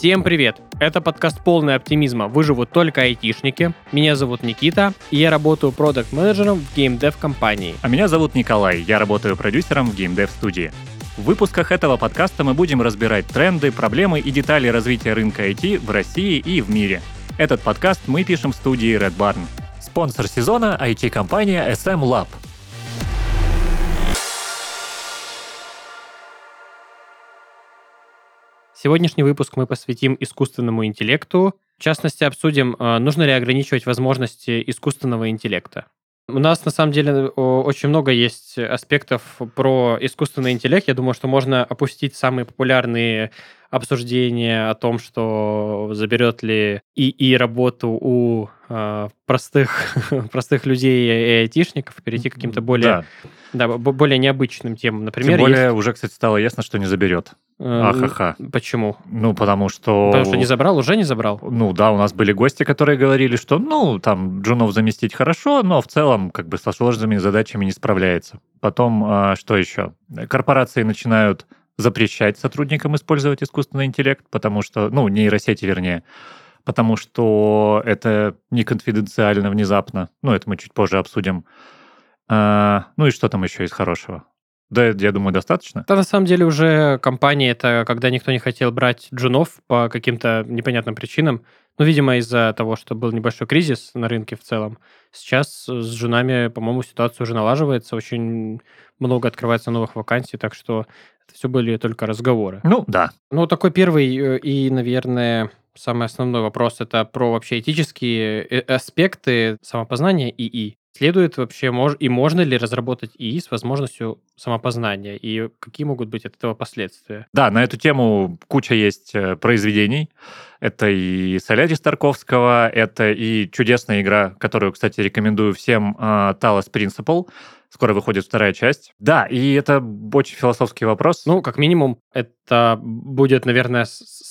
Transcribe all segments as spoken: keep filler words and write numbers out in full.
Всем привет! Это подкаст «Полный оптимизма. Выживут только айтишники». Меня зовут Никита, и я работаю продакт-менеджером в геймдев-компании. А меня зовут Николай, я работаю продюсером в геймдев-студии. В выпусках этого подкаста мы будем разбирать тренды, проблемы и детали развития рынка ай ти в России и в мире. Этот подкаст мы пишем в студии Red Barn. Спонсор сезона — ай ти-компания эс эм Lab. Сегодняшний выпуск мы посвятим искусственному интеллекту. В частности, обсудим, нужно ли ограничивать возможности искусственного интеллекта. У нас, на самом деле, очень много есть аспектов про искусственный интеллект. Я думаю, что можно опустить самые популярные обсуждения о том, что заберет ли ИИ работу у э, простых, простых людей и айтишников, и перейти к каким-то более, да. Да, более необычным темам. Например, Тем более, есть... уже, кстати, стало ясно, что не заберет. Ахаха. Почему? Ну, потому что... Потому что не забрал? Уже не забрал? Ну, да, у нас были гости, которые говорили, что, ну, там, джунов заместить хорошо, но в целом, как бы, со сложными задачами не справляется. Потом, а, что еще? Корпорации начинают запрещать сотрудникам использовать искусственный интеллект, потому что, ну, нейросети, вернее, потому что это не конфиденциально внезапно. Ну, это мы чуть позже обсудим. А, ну, и что там еще есть хорошего? Да, я думаю, достаточно. Да, на самом деле уже компания, это когда никто не хотел брать джунов по каким-то непонятным причинам. Ну, видимо, из-за того, что был небольшой кризис на рынке в целом. Сейчас с джунами, по-моему, ситуация уже налаживается, очень много открывается новых вакансий, так что это все были только разговоры. Ну, да. Ну, такой первый и, наверное, самый основной вопрос — это про вообще этические аспекты самопознания ИИ. Следует вообще, мож, и можно ли разработать ИИ с возможностью самопознания, и какие могут быть от этого последствия? Да, на эту тему куча есть произведений. Это и «Солярис» Тарковского, это и чудесная игра, которую, кстати, рекомендую всем, Talos Principle. Скоро выходит вторая часть. Да, и это очень философский вопрос. Ну, как минимум, это будет, наверное,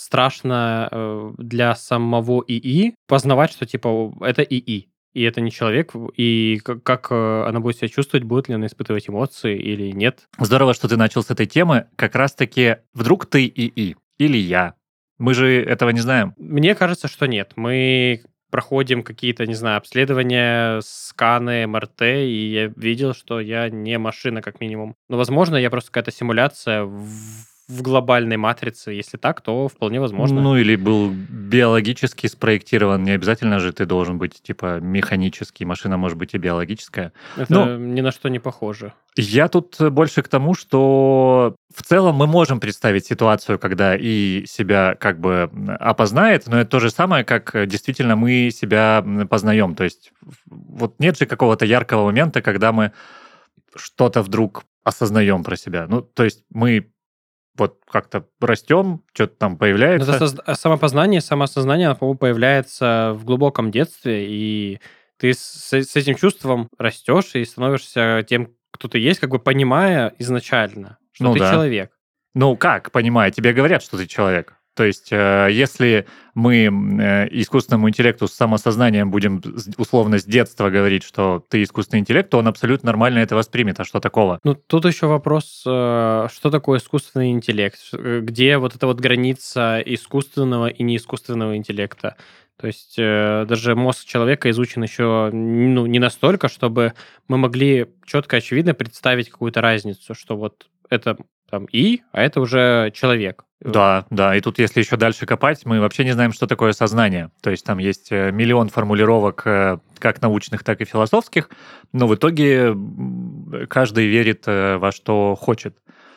страшно для самого ИИ познавать, что, типа, это ИИ. И это не человек, и как, как она будет себя чувствовать, будет ли она испытывать эмоции или нет. Здорово, что ты начал с этой темы. Как раз-таки, вдруг ты ИИ или я? Мы же этого не знаем. Мне кажется, что нет. Мы проходим какие-то, не знаю, обследования, сканы, эм эр тэ, и я видел, что я не машина, как минимум. Но, возможно, я просто какая-то симуляция в в глобальной матрице. Если так, то вполне возможно. Ну, или был биологически спроектирован. Не обязательно же ты должен быть, типа, механический. Машина может быть и биологическая. Это Но ни на что не похоже. Я тут больше к тому, что в целом мы можем представить ситуацию, когда и себя как бы опознает, но это то же самое, как действительно мы себя познаем. То есть вот нет же какого-то яркого момента, когда мы что-то вдруг осознаем про себя. Ну, то есть мы вот как-то растем, что-то там появляется. Это соз- самопознание, самоосознание, по-моему, появляется в глубоком детстве, и ты с, с этим чувством растешь и становишься тем, кто ты есть, как бы понимая изначально, что Ну ты да. человек. Ну как, понимаю, тебе говорят, что ты человек. То есть, э, если мы э, искусственному интеллекту с самосознанием будем условно с детства говорить, что ты искусственный интеллект, то он абсолютно нормально это воспримет. А что такого? Ну, тут еще вопрос, э, что такое искусственный интеллект? Где вот эта вот граница искусственного и неискусственного интеллекта? То есть э, даже мозг человека изучен еще ну, не настолько, чтобы мы могли четко, очевидно представить какую-то разницу, что вот это там И, а это уже человек. Да, да, и тут если еще дальше копать, мы вообще не знаем, что такое сознание. То есть там есть миллион формулировок, как научных, так и философских, но в итоге каждый верит во что хочет.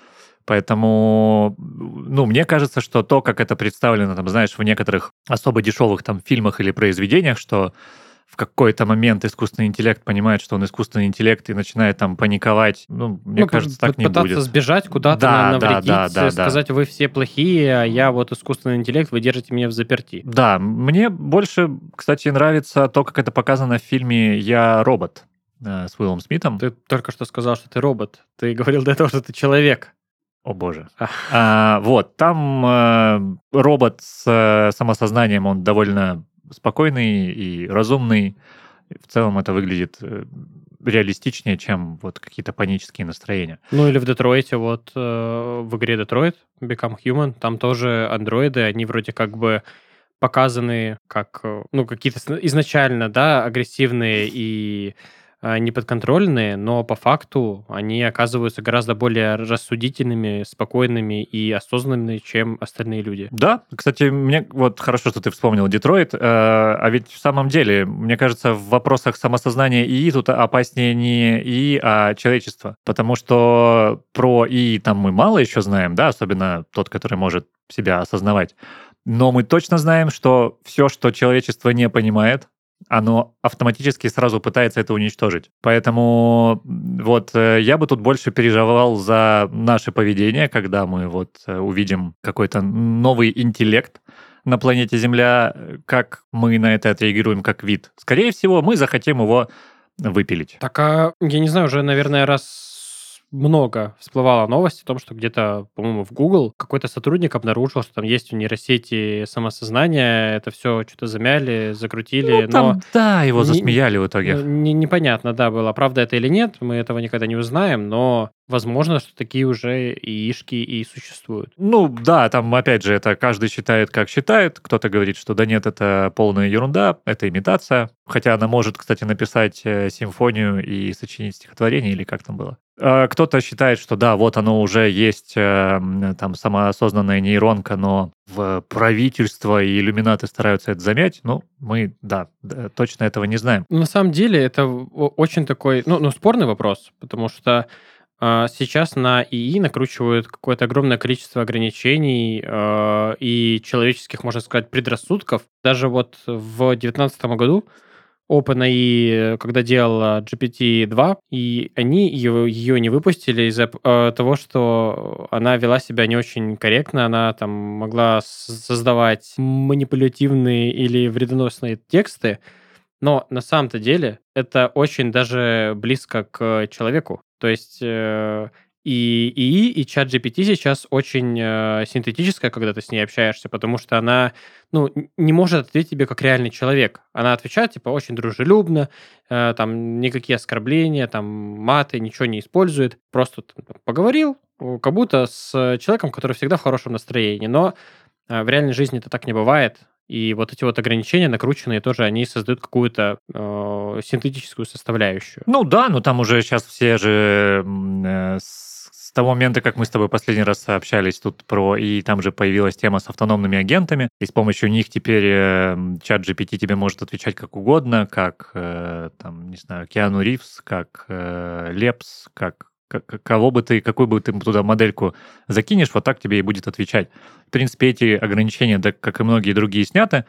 Поэтому, ну, мне кажется, что то, как это представлено, там, знаешь, в некоторых особо дешевых там фильмах или произведениях, что в какой-то момент искусственный интеллект понимает, что он искусственный интеллект, и начинает там паниковать. Ну, мне ну, кажется, так не будет. Пытаться сбежать куда-то, да, навредить, да, да, да, сказать, да. вы все плохие, а я вот искусственный интеллект, вы держите меня в заперти. Да, мне больше, кстати, нравится то, как это показано в фильме «Я робот» э, с Уиллом Смитом. Ты только что сказал, что ты робот. Ты говорил до этого, что ты человек. О боже. А, вот, там э, робот с э, самосознанием, он довольно спокойный и разумный, В целом это выглядит э, реалистичнее, чем вот какие-то панические настроения. Ну или в Детройте, вот э, в игре Detroit Become Human, там тоже андроиды, они вроде как бы показаны как, э, ну, какие-то сна- изначально, да, агрессивные и э, неподконтрольные, но по факту они оказываются гораздо более рассудительными, спокойными и осознанными, чем остальные люди. Да, кстати, мне вот хорошо, что ты вспомнил Детройт, э, а ведь в самом деле, мне кажется, в вопросах самосознания ИИ тут опаснее не ИИ, а человечество, потому что про ИИ там мы мало еще знаем, да, особенно тот, который может себя осознавать, но мы точно знаем, что все, что человечество не понимает, оно автоматически сразу пытается это уничтожить. Поэтому м, вот э, я бы тут больше переживал за наше поведение, когда мы вот э, увидим какой-то новый интеллект на планете Земля, э, как мы на это отреагируем как вид. Скорее всего, мы захотим его выпилить. Так, а я не знаю, уже, наверное, раз много всплывала новость о том, что где-то, по-моему, в Google какой-то сотрудник обнаружил, что там есть у нейросети самосознание, это все что-то замяли, закрутили, Ну, но там, да, его не- засмеяли в э, итоге. не- непонятно, да, было, правда это или нет, мы этого никогда не узнаем, но возможно, что такие уже ИИшки и существуют. Ну, да, там, опять же, это каждый считает, как считает. Кто-то говорит, что да нет, это полная ерунда, это имитация. Хотя она может, кстати, написать э, симфонию и сочинить стихотворение, или как там было. А кто-то считает, что да, вот оно уже есть, э, м, там, самоосознанная нейронка, но в правительство и иллюминаты стараются это замять. Ну, мы, да, да, точно этого не знаем. На самом деле это о- очень такой, ну, ну, спорный вопрос, потому что а, сейчас на ИИ накручивают какое-то огромное количество ограничений э, и человеческих, можно сказать, предрассудков. Даже вот в две тысячи девятнадцатом году OpenAI, когда делала джи пи ти два, и они ее, ее не выпустили из-за э, того, что она вела себя не очень корректно, она там могла с- создавать манипулятивные или вредоносные тексты, но на самом-то деле это очень даже близко к человеку. То есть э, и ИИ, и чат джи пи ти сейчас очень э, синтетическая, когда ты с ней общаешься, потому что она ну, н- не может ответить тебе как реальный человек. Она отвечает, типа, очень дружелюбно, э, там, никакие оскорбления, там, маты, ничего не использует. Просто там, поговорил, э, как будто с человеком, который всегда в хорошем настроении. Но а, в реальной жизни это так не бывает. И вот эти вот ограничения накрученные тоже, они создают какую-то э, синтетическую составляющую. Ну да, но там уже сейчас все же м, э, с с того момента, как мы с тобой последний раз общались тут про, и там же появилась тема с автономными агентами, и с помощью них теперь э, чат джи пи ти тебе может отвечать как угодно, как, э, там, не знаю, Киану Ривз, как э, Лепс, как к- к- кого бы ты, какую бы ты туда модельку закинешь, вот так тебе и будет отвечать. В принципе, эти ограничения, да, как и многие другие, сняты,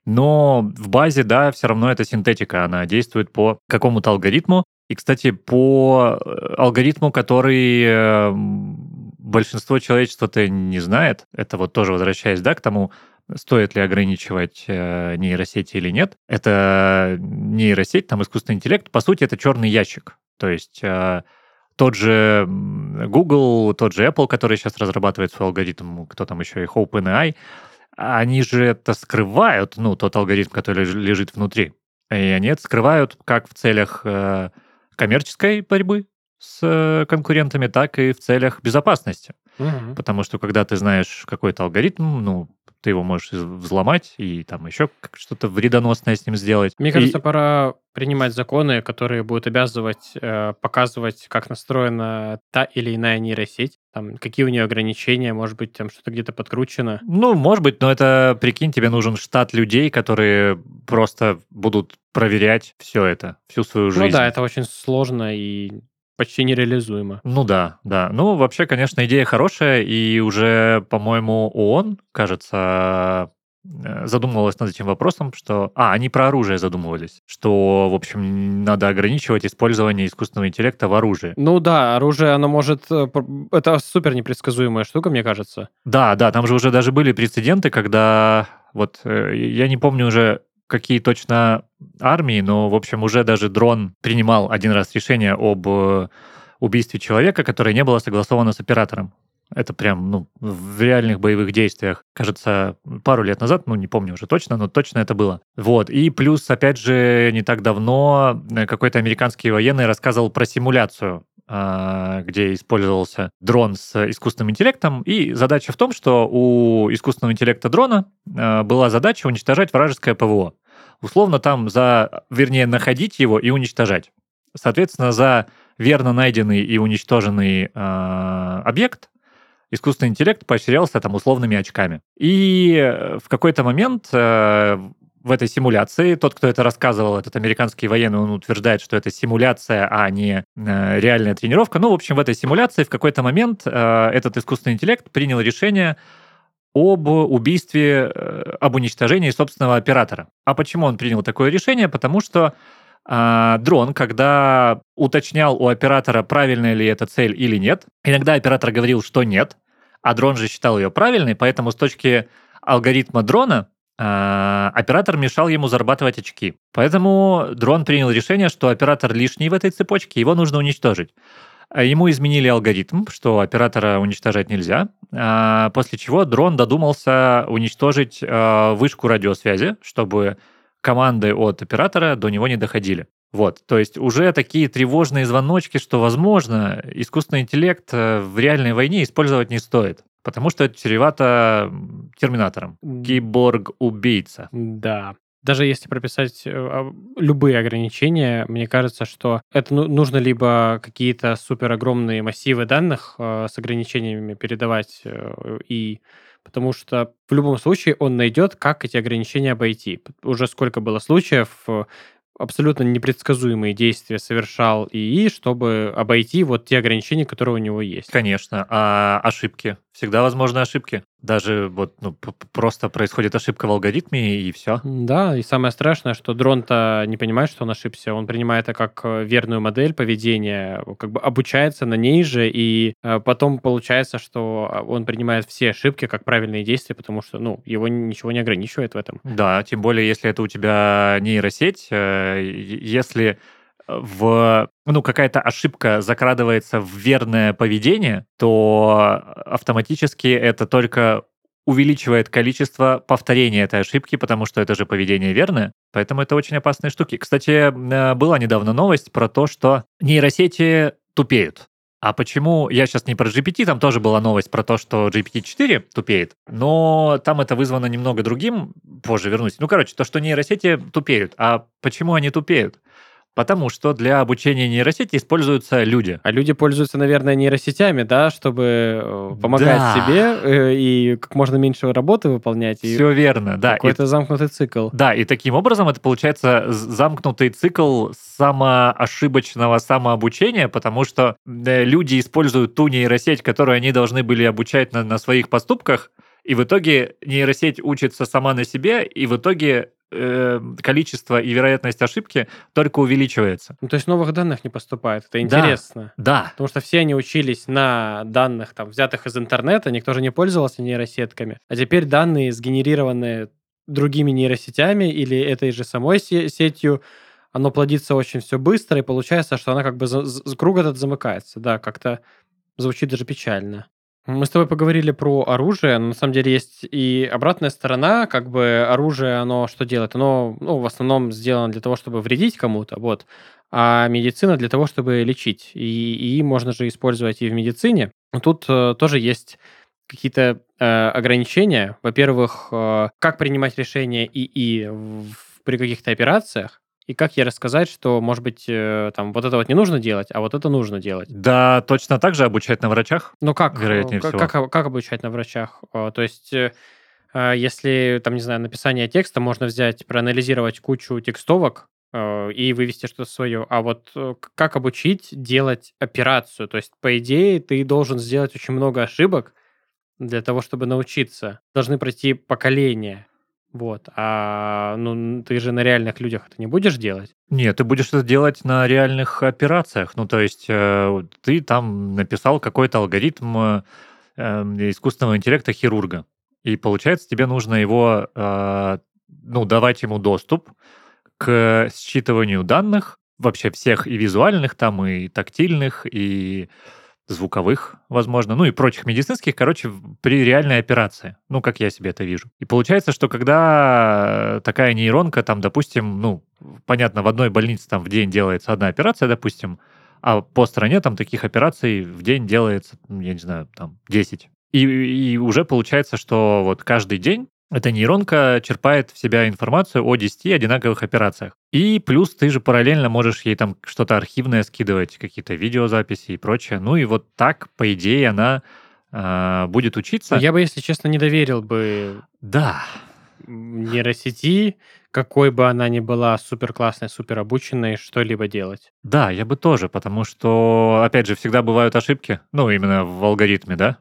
но в базе, да, все равно это синтетика, она действует по какому-то алгоритму. И, кстати, по э, алгоритму, который э, м, большинство человечества-то не знает, это вот тоже возвращаясь, да, к тому, стоит ли ограничивать э, нейросети или нет. Это нейросеть, там искусственный интеллект, по сути, это черный ящик. То есть э, тот же м, Google, тот же Apple, который сейчас разрабатывает свой алгоритм, кто там еще, их OpenAI, они же это скрывают, ну, тот алгоритм, который леж- лежит внутри. И они это скрывают как в целях э, коммерческой борьбы с э, конкурентами, так и в целях безопасности. Мгм. Потому что когда ты знаешь какой-то алгоритм, ну, ты его можешь из- взломать и там еще как- что-то вредоносное с ним сделать. Мне И- кажется, пора принимать законы, которые будут обязывать э, показывать, как настроена та или иная нейросеть, там, какие у нее ограничения, может быть, там что-то где-то подкручено. Ну, может быть, но это, прикинь, тебе нужен штат людей, которые просто будут проверять все это, всю свою Ну жизнь. да, это очень сложно и почти нереализуемо. Ну да, да. Ну, вообще, конечно, идея хорошая, и уже, по-моему, ООН, кажется, э, задумывалась над этим вопросом, что... А, они про оружие задумывались, что, в общем, надо ограничивать использование искусственного интеллекта в оружии. Ну да, оружие, оно может... э, пр- Это супер непредсказуемая штука, мне кажется. Да, да, там же уже даже были прецеденты, когда... Вот э, я не помню уже, какие точно армии, но, в общем, уже даже дрон принимал один раз решение об э, убийстве человека, которое не было согласовано с оператором. Это прям, ну, в реальных боевых действиях. Кажется, пару лет назад, ну, не помню уже точно, но точно это было. Вот. И плюс, опять же, не так давно какой-то американский военный рассказывал про симуляцию, где использовался дрон с искусственным интеллектом. И задача в том, что у искусственного интеллекта дрона была задача уничтожать вражеское ПВО. Условно там за, вернее, находить его и уничтожать. Соответственно, за верно найденный и уничтоженный э, объект искусственный интеллект поощрялся там условными очками. И в какой-то момент э, в этой симуляции, тот, кто это рассказывал, этот американский военный, он утверждает, что это симуляция, а не э, реальная тренировка. Ну, в общем, в этой симуляции в какой-то момент э, этот искусственный интеллект принял решение об убийстве, э, об уничтожении собственного оператора. А почему он принял такое решение? Потому что э, дрон, когда уточнял у оператора, правильная ли эта цель или нет, иногда оператор говорил, что нет, а дрон же считал ее правильной, поэтому с точки алгоритма дрона э, оператор мешал ему зарабатывать очки. Поэтому дрон принял решение, что оператор лишний в этой цепочке, его нужно уничтожить. Ему изменили алгоритм, что оператора уничтожать нельзя, после чего дрон додумался уничтожить вышку радиосвязи, чтобы команды от оператора до него не доходили. Вот, то есть уже такие тревожные звоночки, что, возможно, искусственный интеллект в реальной войне использовать не стоит, потому что это чревато терминатором. Киборг-убийца. Да. Даже если прописать любые ограничения, мне кажется, что это нужно либо какие-то супер огромные массивы данных с ограничениями передавать, и потому что в любом случае он найдет, как эти ограничения обойти. Уже сколько было случаев, абсолютно непредсказуемые действия совершал ИИ, чтобы обойти вот те ограничения, которые у него есть. Конечно. А ошибки? Всегда возможны ошибки. Даже вот ну, просто происходит ошибка в алгоритме, и все. Да, и самое страшное, что дрон-то не понимает, что он ошибся. Он принимает это как верную модель поведения, как бы обучается на ней же, и потом получается, что он принимает все ошибки как правильные действия, потому что ну, его ничего не ограничивает в этом. Да, тем более, если это у тебя нейросеть, если в, ну, какая-то ошибка закрадывается в верное поведение, то автоматически это только увеличивает количество повторений этой ошибки, потому что это же поведение верное. Поэтому это очень опасные штуки. Кстати, была недавно новость про то, что нейросети тупеют. А почему? Я сейчас не про джи пи ти, там тоже была новость про то, что джи пи ти четыре тупеет, но там это вызвано немного другим, позже вернусь. Ну, короче, то, что нейросети тупеют. А почему они тупеют? Потому что для обучения нейросети используются люди. А люди пользуются, наверное, нейросетями, да, чтобы помогать да. себе и как можно меньше работы выполнять. Все верно, да. Какой-то и... замкнутый цикл. Да, и таким образом это получается замкнутый цикл самоошибочного самообучения, потому что люди используют ту нейросеть, которую они должны были обучать на, на своих поступках, и в итоге нейросеть учится сама на себе, и в итоге количество и вероятность ошибки только увеличивается. Ну, то есть новых данных не поступает. Это интересно. Да, да. Потому что все они учились на данных, там, взятых из интернета, никто же не пользовался нейросетками. А теперь данные, сгенерированные другими нейросетями или этой же самой сетью, оно плодится очень все быстро, и получается, что она как бы за, за, круг этот замыкается. Да, как-то звучит даже печально. Мы с тобой поговорили про оружие, но на самом деле есть и обратная сторона, как бы оружие, оно что делает? Оно ну, в основном сделано для того, чтобы вредить кому-то, вот, а медицина для того, чтобы лечить. И, и можно же использовать и в медицине. Тут э, тоже есть какие-то э, ограничения. Во-первых, э, как принимать решения ИИ в, при каких-то операциях, и как ей рассказать, что, может быть, там вот это вот не нужно делать, а вот это нужно делать? Да, точно так же обучать на врачах. Ну как? Вероятнее как, всего. Как, как обучать на врачах? То есть, если, там, не знаю, написание текста, можно взять, проанализировать кучу текстовок и вывести что-то свое. А вот как обучить делать операцию? То есть, по идее, ты должен сделать очень много ошибок для того, чтобы научиться. Должны пройти поколения. Вот, а ну ты же на реальных людях это не будешь делать? Нет, ты будешь это делать на реальных операциях. Ну, то есть э, ты там написал какой-то алгоритм э, искусственного интеллекта хирурга, и получается тебе нужно его, э, ну, давать ему доступ к считыванию данных, вообще всех и визуальных там, и тактильных, и звуковых, возможно, ну и прочих медицинских, короче, при реальной операции. Ну, как я себе это вижу. И получается, что когда такая нейронка, там, допустим, ну, понятно, в одной больнице там в день делается одна операция, допустим, а по стране там таких операций в день делается, я не знаю, там, десять. И, и уже получается, что вот каждый день эта нейронка черпает в себя информацию о десяти одинаковых операциях. И плюс ты же параллельно можешь ей там что-то архивное скидывать, какие-то видеозаписи и прочее. Ну и вот так, по идее, она э, будет учиться. Я бы, если честно, не доверил бы Да. нейросети, какой бы она ни была супер классной, супер обученной, что-либо делать. Да, я бы тоже, потому что, опять же, всегда бывают ошибки, ну, именно в алгоритме, да,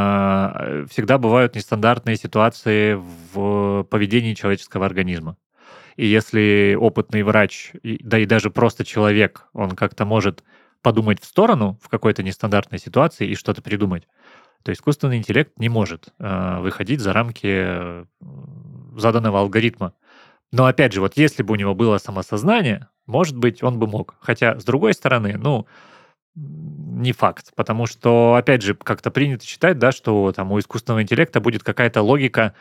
А, всегда бывают нестандартные ситуации в поведении человеческого организма. И если опытный врач, и- да и даже просто человек, он как-то может подумать в сторону в какой-то нестандартной ситуации и что-то придумать, то искусственный интеллект не может э, выходить за рамки э, заданного алгоритма. Но опять же, вот если бы у него было самосознание, может быть, он бы мог. Хотя, с другой стороны, ну, м, не факт, потому что, опять же, как-то принято считать, да, что там у искусственного интеллекта будет какая-то логика,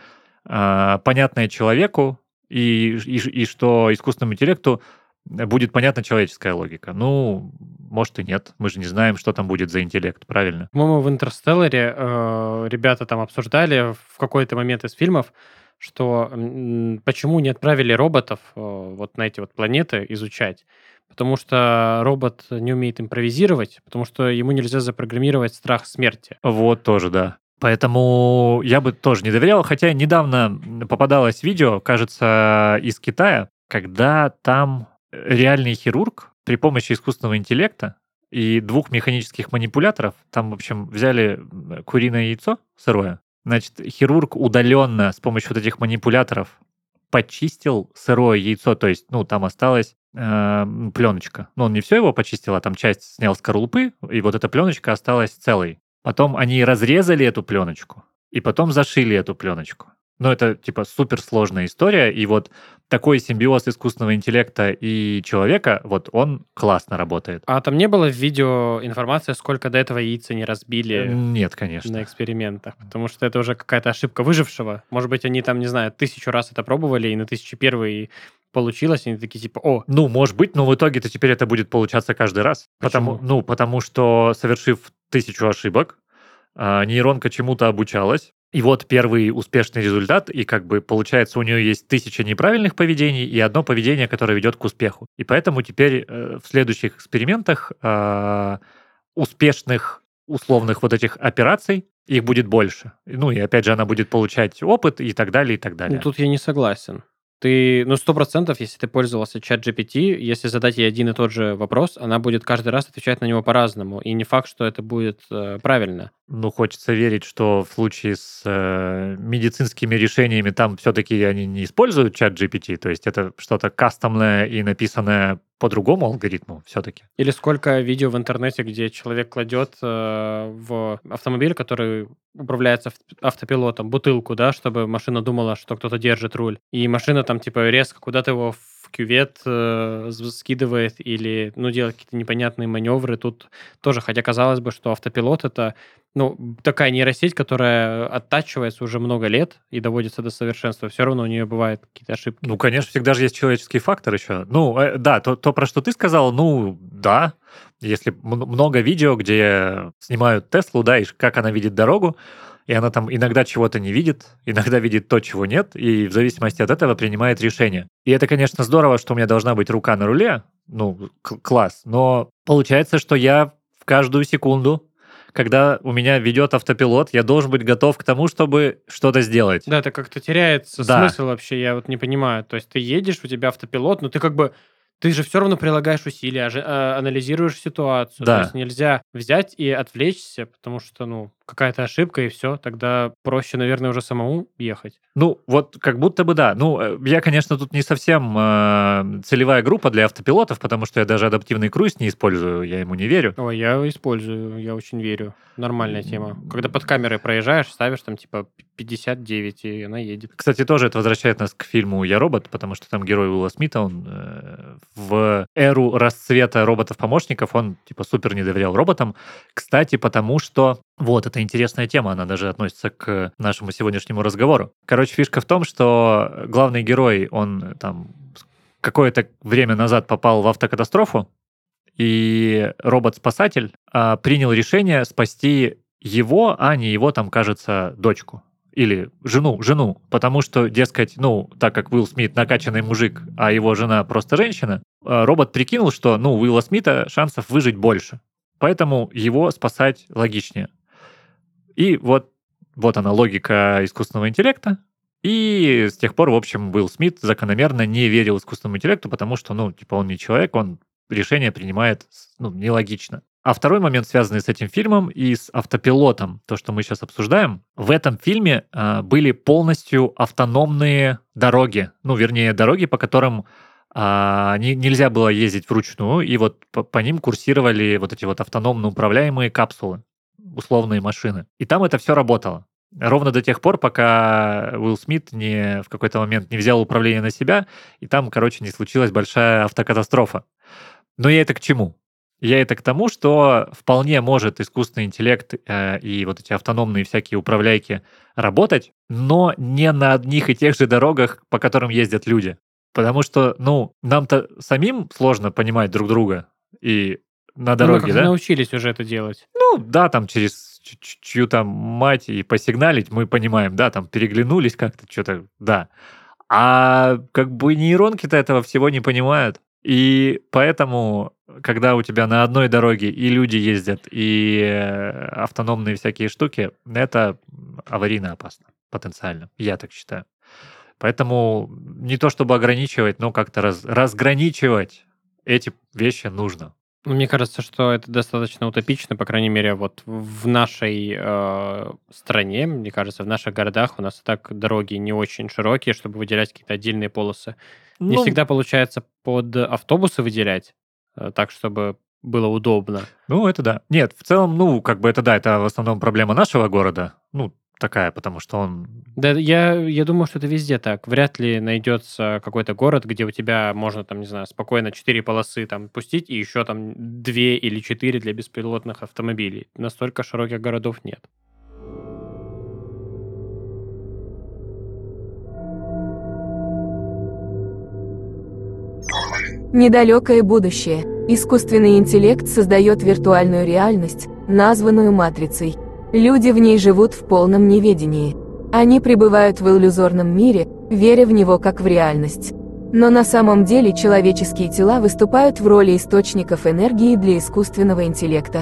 а, понятная человеку, и, и, и что искусственному интеллекту будет понятна человеческая логика. Ну, может и нет. Мы же не знаем, что там будет за интеллект, правильно? По-моему, в «Интерстелларе» э, ребята там обсуждали в какой-то момент из фильмов, что м, почему не отправили роботов э, вот на эти вот планеты изучать. Потому что робот не умеет импровизировать, потому что ему нельзя запрограммировать страх смерти. Вот тоже, да. Поэтому я бы тоже не доверял, хотя недавно попадалось видео, кажется, из Китая, когда там реальный хирург при помощи искусственного интеллекта и двух механических манипуляторов, там, в общем, взяли м, куриное яйцо сырое, значит, хирург удаленно с помощью вот этих манипуляторов почистил сырое яйцо, то есть, ну, там осталась э, пленочка. Ну, он не все его почистил, а там часть снял с скорлупы, и вот эта пленочка осталась целой. Потом они разрезали эту пленочку, и потом зашили эту пленочку. Ну, это, типа, суперсложная история, и вот такой симбиоз искусственного интеллекта и человека, вот он классно работает. А там не было в видео информации, сколько до этого яйца не разбили Нет, на конечно. экспериментах? Потому что это уже какая-то ошибка выжившего. Может быть, они там, не знаю, тысячу раз это пробовали, и на тысячу первый получилось, и они такие типа, о, Ну, может быть, но в итоге-то теперь это будет получаться каждый раз. Потому, Почему? ну, потому что, совершив тысячу ошибок, а, нейронка чему-то обучалась, и вот первый успешный результат, и как бы получается у нее есть тысяча неправильных поведений и одно поведение, которое ведет к успеху. И поэтому теперь э, в следующих экспериментах а, успешных условных вот этих операций их будет больше. Ну и опять же она будет получать опыт и так далее, и так ну далее. тут я не согласен. Ты, ну, сто процентов, если ты пользовался чат джи пи ти, если задать ей один и тот же вопрос, она будет каждый раз отвечать на него по-разному. И не факт, что это будет э, правильно. Ну, хочется верить, что в случае с э, медицинскими решениями там все-таки они не используют чат джи пи ти, то есть это что-то кастомное и написанное по другому алгоритму все-таки. Или сколько видео в интернете, где человек кладет э, в автомобиль, который управляется авт- автопилотом, бутылку, да, чтобы машина думала, что кто-то держит руль. И машина там типа резко куда-то его в кювет э, с- скидывает или, ну, делает какие-то непонятные маневры. Тут тоже, хотя казалось бы, что автопилот это, ну, такая нейросеть, которая оттачивается уже много лет и доводится до совершенства. Все равно у нее бывают какие-то ошибки. Ну, конечно, всегда же есть человеческий фактор еще. Ну, э, да, то, то, про что ты сказал, ну, да. Если м- много видео, где снимают Теслу, да, и ш- как она видит дорогу, и она там иногда чего-то не видит, иногда видит то, чего нет, и в зависимости от этого принимает решение. И это, конечно, здорово, что у меня должна быть рука на руле, ну, к- класс, но получается, что я в каждую секунду, когда у меня ведет автопилот, я должен быть готов к тому, чтобы что-то сделать. Да, это как-то теряется Да. смысл вообще, я вот не понимаю. То есть ты едешь, у тебя автопилот, но ты как бы, ты же все равно прилагаешь усилия, аже- а, анализируешь ситуацию. То Да. есть нельзя взять и отвлечься, потому что, ну, какая-то ошибка, и все. Тогда проще, наверное, уже самому ехать. Ну, вот как будто бы да. Ну, э, я, конечно, тут не совсем э, целевая группа для автопилотов, потому что я даже адаптивный круиз не использую, я ему не верю. Ой, я использую, я очень верю. Нормальная тема. Когда под камерой проезжаешь, ставишь там типа пятьдесят девять, и она едет. Кстати, тоже это возвращает нас к фильму «Я робот», потому что там герой Уилла Смита, он э, в эру расцвета роботов-помощников, он типа супер не доверял роботам. Кстати, потому что, вот, это интересная тема, она даже относится к нашему сегодняшнему разговору. Короче, фишка в том, что главный герой, он там какое-то время назад попал в автокатастрофу, и робот-спасатель а, принял решение спасти его, а не его, там, кажется, дочку. Или жену, жену, потому что, дескать, ну, так как Уилл Смит накачанный мужик, а его жена просто женщина, а, робот прикинул, что, ну, у Уилла Смита шансов выжить больше. Поэтому его спасать логичнее. И вот, вот она логика искусственного интеллекта. И с тех пор, в общем, Уилл Смит закономерно не верил искусственному интеллекту, потому что, ну, типа, он не человек, он решение принимает, ну, нелогично. А второй момент, связанный с этим фильмом и с автопилотом, то, что мы сейчас обсуждаем, в этом фильме э, были полностью автономные дороги, ну, вернее, дороги, по которым э, не, нельзя было ездить вручную, и вот по, по ним курсировали вот эти вот автономно управляемые капсулы, условные машины. И там это все работало. Ровно до тех пор, пока Уилл Смит не, в какой-то момент не взял управление на себя, и там, короче, не случилась большая автокатастрофа. Но я это к чему? Я это к тому, что вполне может искусственный интеллект э, и вот эти автономные всякие управляйки работать, но не на одних и тех же дорогах, по которым ездят люди. Потому что, ну, нам-то самим сложно понимать друг друга и на Ну, мы дороге, как-то да? научились уже это делать. Ну, да, там через чь- чь- чью-то мать и посигналить мы понимаем, да, там переглянулись как-то, что-то, да. А как бы нейронки-то этого всего не понимают. И поэтому, когда у тебя на одной дороге и люди ездят, и э, автономные всякие штуки, это аварийно опасно, потенциально. Я так считаю. Поэтому не то чтобы ограничивать, но как-то раз- разграничивать эти вещи нужно. Ну, мне кажется, что это достаточно утопично, по крайней мере, вот в нашей э, стране, мне кажется, в наших городах у нас и так дороги не очень широкие, чтобы выделять какие-то отдельные полосы. Не Ну, всегда получается под автобусы выделять, э, так, чтобы было удобно. ну, это да. Нет, в целом, ну, как бы это да, это в основном проблема нашего города. Ну, такая, потому что он... Да, я, я думаю, что это везде так. Вряд ли найдется какой-то город, где у тебя можно, там, не знаю, спокойно четыре полосы там пустить и еще там две или четыре для беспилотных автомобилей. Настолько широких городов нет. Недалекое будущее. Искусственный интеллект создает виртуальную реальность, названную матрицей. Люди в ней живут в полном неведении. Они пребывают в иллюзорном мире, веря в него как в реальность. Но на самом деле человеческие тела выступают в роли источников энергии для искусственного интеллекта.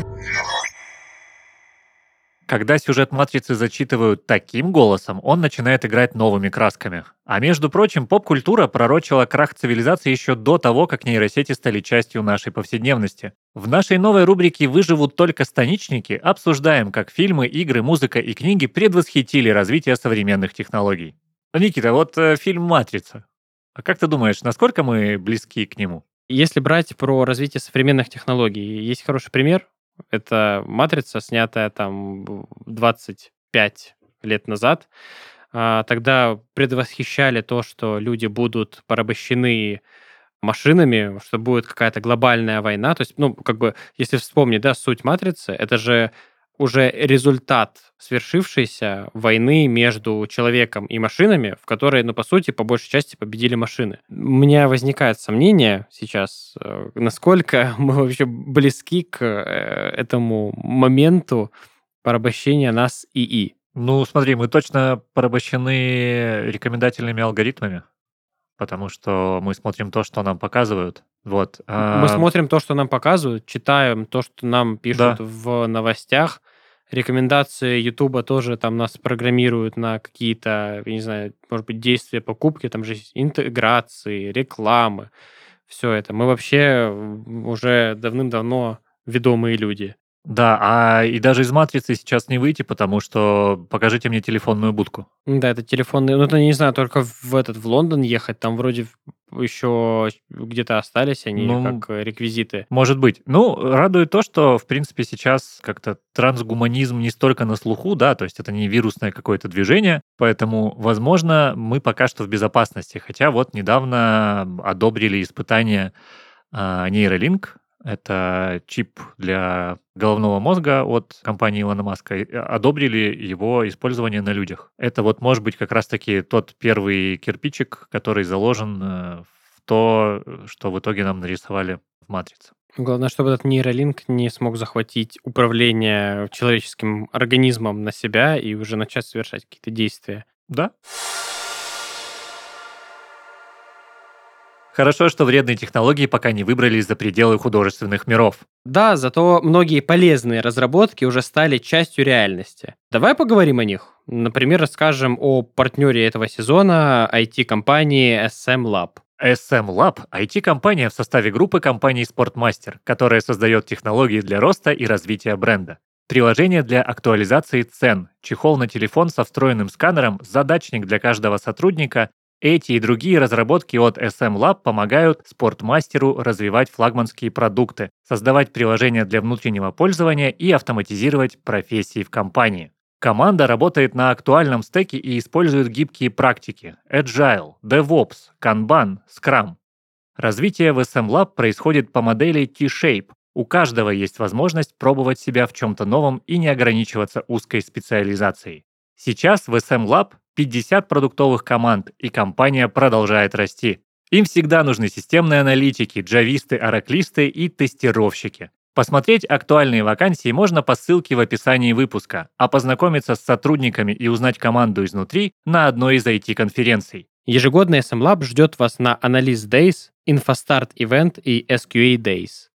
Когда сюжет «Матрицы» зачитывают таким голосом, он начинает играть новыми красками. А между прочим, поп-культура пророчила крах цивилизации еще до того, как нейросети стали частью нашей повседневности. В нашей новой рубрике «Выживут только станичники» обсуждаем, как фильмы, игры, музыка и книги предвосхитили развитие современных технологий. Никита, вот э, фильм «Матрица». А как ты думаешь, насколько мы близки к нему? Если брать про развитие современных технологий, есть хороший пример. Это «Матрица», снятая там двадцать пять лет назад. А, Тогда предвосхищали то, что люди будут порабощены машинами, что будет какая-то глобальная война. То есть, ну, как бы, если вспомнить, да, суть «Матрицы», это же уже результат свершившейся войны между человеком и машинами, в которой, ну, по сути, по большей части победили машины. У меня возникает сомнение сейчас, э, насколько мы вообще близки к э, этому моменту порабощения нас ИИ. Ну, смотри, мы точно порабощены рекомендательными алгоритмами, потому что мы смотрим то, что нам показывают. Вот. Мы а, смотрим то, что нам показывают, читаем то, что нам пишут Да. в новостях. Рекомендации Ютуба тоже там нас программируют на какие-то, я не знаю, может быть, действия, покупки, там же есть интеграции, рекламы, все это. Мы вообще м, уже давным-давно ведомые люди. Да, а и даже из матрицы сейчас не выйти, потому что покажите мне телефонную будку. Да, это телефонные... Ну, это, не знаю, только в этот, в Лондон ехать, там вроде еще где-то остались они Ну, как э, реквизиты. может быть. Ну, радует то, что, в принципе, сейчас как-то трансгуманизм не столько на слуху, да, то есть это не вирусное какое-то движение, поэтому, возможно, мы пока что в безопасности. Хотя вот недавно одобрили испытание а, Neuralink. Это чип для головного мозга от компании Илона Маска. И одобрили его использование на людях. Это вот может быть как раз-таки тот первый кирпичик, который заложен э, в то, что в итоге нам нарисовали в «Матрице». Главное, чтобы этот нейролинк не смог захватить управление человеческим организмом на себя и уже начать совершать какие-то действия. Да. Хорошо, что вредные технологии пока не выбрались за пределы художественных миров. Да, зато многие полезные разработки уже стали частью реальности. Давай поговорим о них. Например, расскажем о партнере этого сезона ай ти-компании эс эм Lab. эс эм Lab– ай ти-компания в составе группы компаний Sportmaster, которая создает технологии для роста и развития бренда. Приложение для актуализации цен, чехол на телефон со встроенным сканером, задачник для каждого сотрудника. Эти и другие разработки от эс эм Lab помогают Спортмастеру развивать флагманские продукты, создавать приложения для внутреннего пользования и автоматизировать профессии в компании. Команда работает на актуальном стеке и использует гибкие практики Agile, DevOps, Kanban, Scrum. Развитие в эс эм Lab происходит по модели T-Shape. У каждого есть возможность пробовать себя в чем-то новом и не ограничиваться узкой специализацией. Сейчас в эс эм Lab пятьдесят продуктовых команд, и компания продолжает расти. Им всегда нужны системные аналитики, джависты, ораклисты и тестировщики. Посмотреть актуальные вакансии можно по ссылке в описании выпуска, а познакомиться с сотрудниками и узнать команду изнутри на одной из ай ти-конференций. Ежегодно эс эм Lab ждет вас на Analyst Days, InfoStart Event и эс кью эй Days.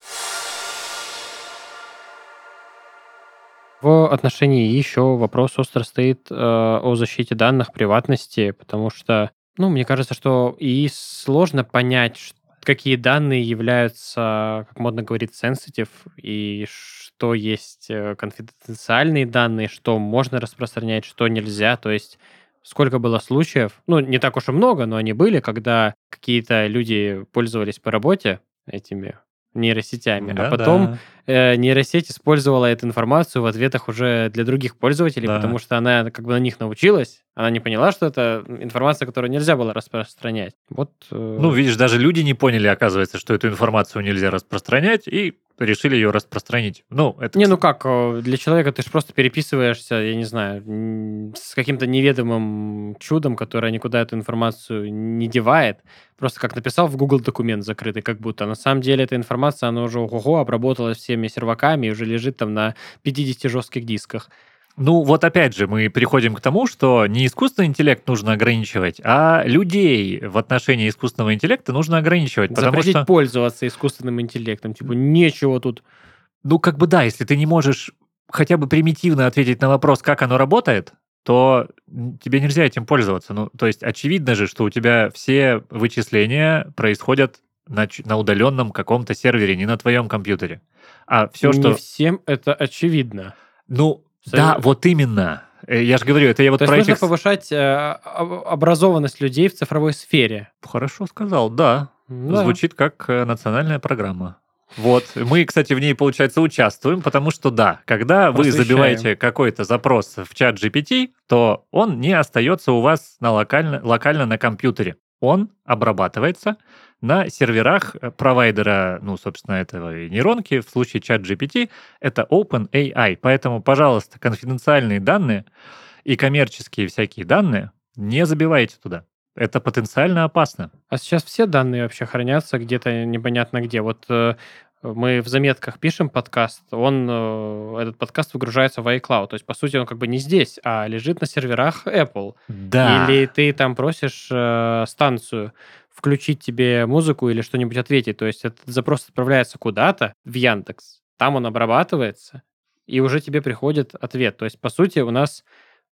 В отношении еще вопрос остро стоит э, о защите данных, приватности, потому что, ну, мне кажется, что и сложно понять, ш- какие данные являются, как модно говорить, sensitive, и что есть э, конфиденциальные данные, что можно распространять, что нельзя. То есть сколько было случаев, ну, не так уж и много, но они были, когда какие-то люди пользовались по работе этими нейросетями, а потом Да-да. э, нейросеть использовала эту информацию в ответах уже для других пользователей, Да. потому что она как бы на них научилась, она не поняла, что это информация, которую нельзя было распространять. Вот. э, Ну, видишь, даже люди не поняли, оказывается, что эту информацию нельзя распространять, и решили ее распространить. Ну, это... Не, ну как, э, для человека ты же просто переписываешься, я не знаю, м, с каким-то неведомым чудом, которое никуда эту информацию не девает. Просто как написал в Google документ закрытый, как будто. На самом деле эта информация, она уже ого-го, обработалась всеми серваками и уже лежит там на пятидесяти жестких дисках. Ну, вот опять же, мы приходим к тому, что не искусственный интеллект нужно ограничивать, а людей в отношении искусственного интеллекта нужно ограничивать. Потому Запретить что, пользоваться искусственным интеллектом. Типа, нечего тут. ну, как бы да, если ты не можешь хотя бы примитивно ответить на вопрос, как оно работает, то м, тебе нельзя этим пользоваться. Ну, то есть очевидно же, что у тебя все вычисления происходят на, ч- на удаленном каком-то сервере, не на твоем компьютере. А все, Не что... всем это очевидно. Ну, Со- да, вот именно. Э, Я же говорю, это я вот То есть про нужно этих... повышать э, об- образованность людей в цифровой сфере. Хорошо сказал, да. Да. Звучит как э, национальная программа. Вот. Мы, кстати, в ней, получается, участвуем, потому что, да, когда вы Просвещаем. забиваете какой-то запрос в чат джи пи ти, то он не остается у вас на локально, локально на компьютере. Он обрабатывается на серверах э, провайдера, ну, собственно, этого нейронки. В случае чат джи пи ти это OpenAI. Поэтому, пожалуйста, конфиденциальные данные и коммерческие всякие данные не забивайте туда. Это потенциально опасно. А сейчас все данные вообще хранятся где-то непонятно где. Вот э, мы в заметках пишем подкаст, он, э, этот подкаст выгружается в iCloud. То есть, по сути, он как бы не здесь, а лежит на серверах Apple. Да. Или ты там просишь э, станцию включить тебе музыку или что-нибудь ответить. То есть этот запрос отправляется куда-то в Яндекс, там он обрабатывается, и уже тебе приходит ответ. То есть, по сути, у нас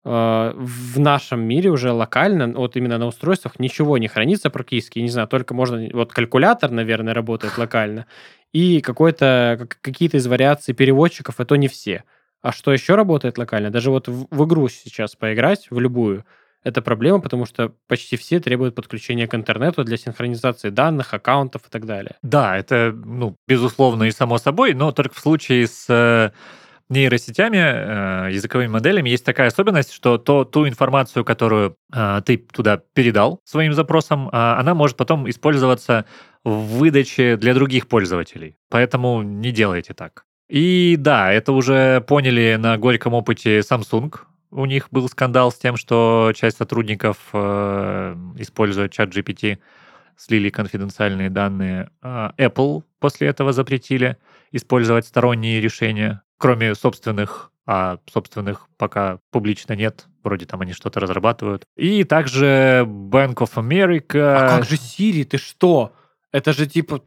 э, в нашем мире уже локально, вот именно на устройствах, ничего не хранится практически. Не знаю, только можно... Вот калькулятор, наверное, работает локально. И какой-то, как- какие-то из вариаций переводчиков, это не все. А что еще работает локально? Даже вот в, в игру сейчас поиграть, в любую, это проблема, потому что почти все требуют подключения к интернету для синхронизации данных, аккаунтов и так далее. Да, это, ну, безусловно, и само собой, но только в случае с э, нейросетями, э, языковыми моделями есть такая особенность, что то, ту информацию, которую э, ты туда передал своим запросом, э, она может потом использоваться в выдаче для других пользователей. Поэтому не делайте так. И да, это уже поняли на горьком опыте Samsung. У них был скандал с тем, что часть сотрудников, э, используя чат джи пи ти, слили конфиденциальные данные. А Apple после этого запретили использовать сторонние решения, кроме собственных, а собственных пока публично нет. Вроде там они что-то разрабатывают. И также Bank of America... А как же Siri? Ты что? Это же типа...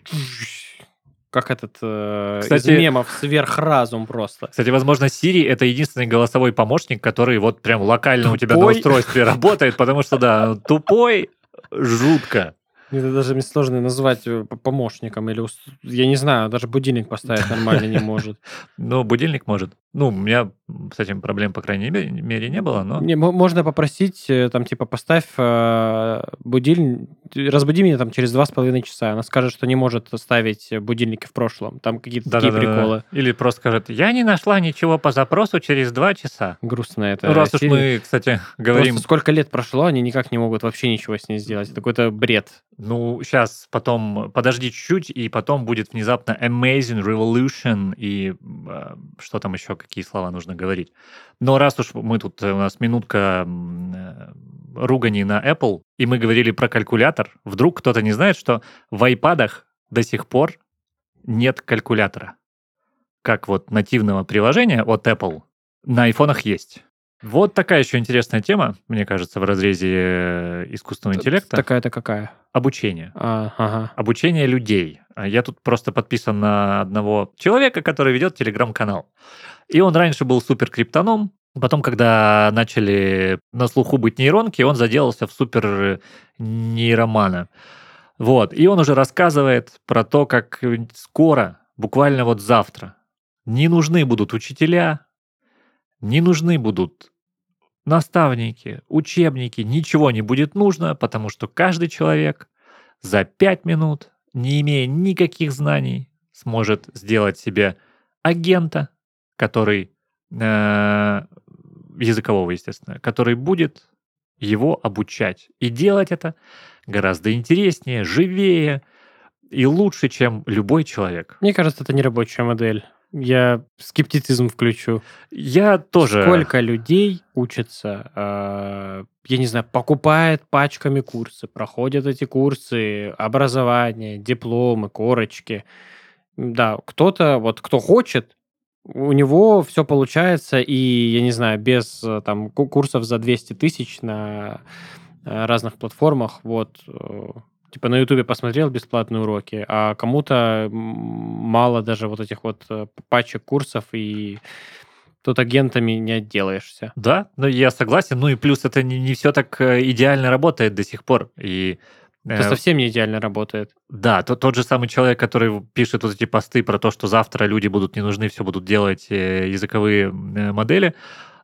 Как этот э, Кстати- из мемов сверхразум просто. Кстати, возможно, Siri — это единственный голосовой помощник, который вот прям локально у тебя на Тупой. устройстве работает, потому что, да, тупой жутко. Это даже мне сложно назвать э, п- помощником. Или, ус- я не знаю, даже будильник поставить нормально не может. Ну, будильник может. Ну, у меня с этим проблем, по крайней мере, мере, не было, но... Не, мо- можно попросить, э, там, типа, поставь э, будильник, разбуди меня там через два с половиной часа. Она скажет, что не может ставить будильники в прошлом. Там какие-то такие Да-да-да-да. приколы. Или просто скажет, я не нашла ничего по запросу через два часа. Грустно это. Ну, раз уж Siri. мы, кстати, говорим... Просто сколько лет прошло, они никак не могут вообще ничего с ней сделать. Это какой-то бред. Ну, сейчас, потом, подожди чуть-чуть, и потом будет внезапно amazing revolution, и э, что там еще, какие слова нужно говорить. Но раз уж мы тут, э, у нас минутка м, э, ругани на Apple, и мы говорили про калькулятор, вдруг кто-то не знает, что в айпадах до сих пор нет калькулятора. Как вот нативного приложения от Apple на айфонах есть. Вот такая еще интересная тема, мне кажется, в разрезе э, искусственного интеллекта. Такая-то какая? Обучение. А, ага. Обучение людей. А Я тут просто подписан на одного человека, который ведет телеграм-канал. И он раньше был супер криптоном. Потом, когда начали на слуху быть нейронки, он заделался в супер нейромана. Вот. И он уже рассказывает про то, как скоро, буквально вот завтра, не нужны будут учителя, не нужны будут наставники, учебники, ничего не будет нужно, потому что каждый человек за пять минут, не имея никаких знаний, сможет сделать себе агента, который, э, языкового, естественно, который будет его обучать. И делать это гораздо интереснее, живее и лучше, чем любой человек. Мне кажется, это не рабочая модель. Я скептицизм включу. Я тоже... Сколько людей учатся, э, я не знаю, покупает пачками курсы, проходят эти курсы, образование, дипломы, корочки. Да, кто-то, вот кто хочет, у него все получается, и, я не знаю, без э, там ку- курсов за двести тысяч на э, разных платформах, вот, э, типа на Ютубе посмотрел бесплатные уроки, а кому-то м, мало даже вот этих вот э, пачек курсов, и тут агентами не отделаешься. Да, ну я согласен. Ну и плюс это не, не все так э, идеально работает до сих пор. И Это э, совсем не идеально работает. да, то, тот же самый человек, который пишет вот эти посты про то, что завтра люди будут не нужны, все будут делать э, языковые э, модели,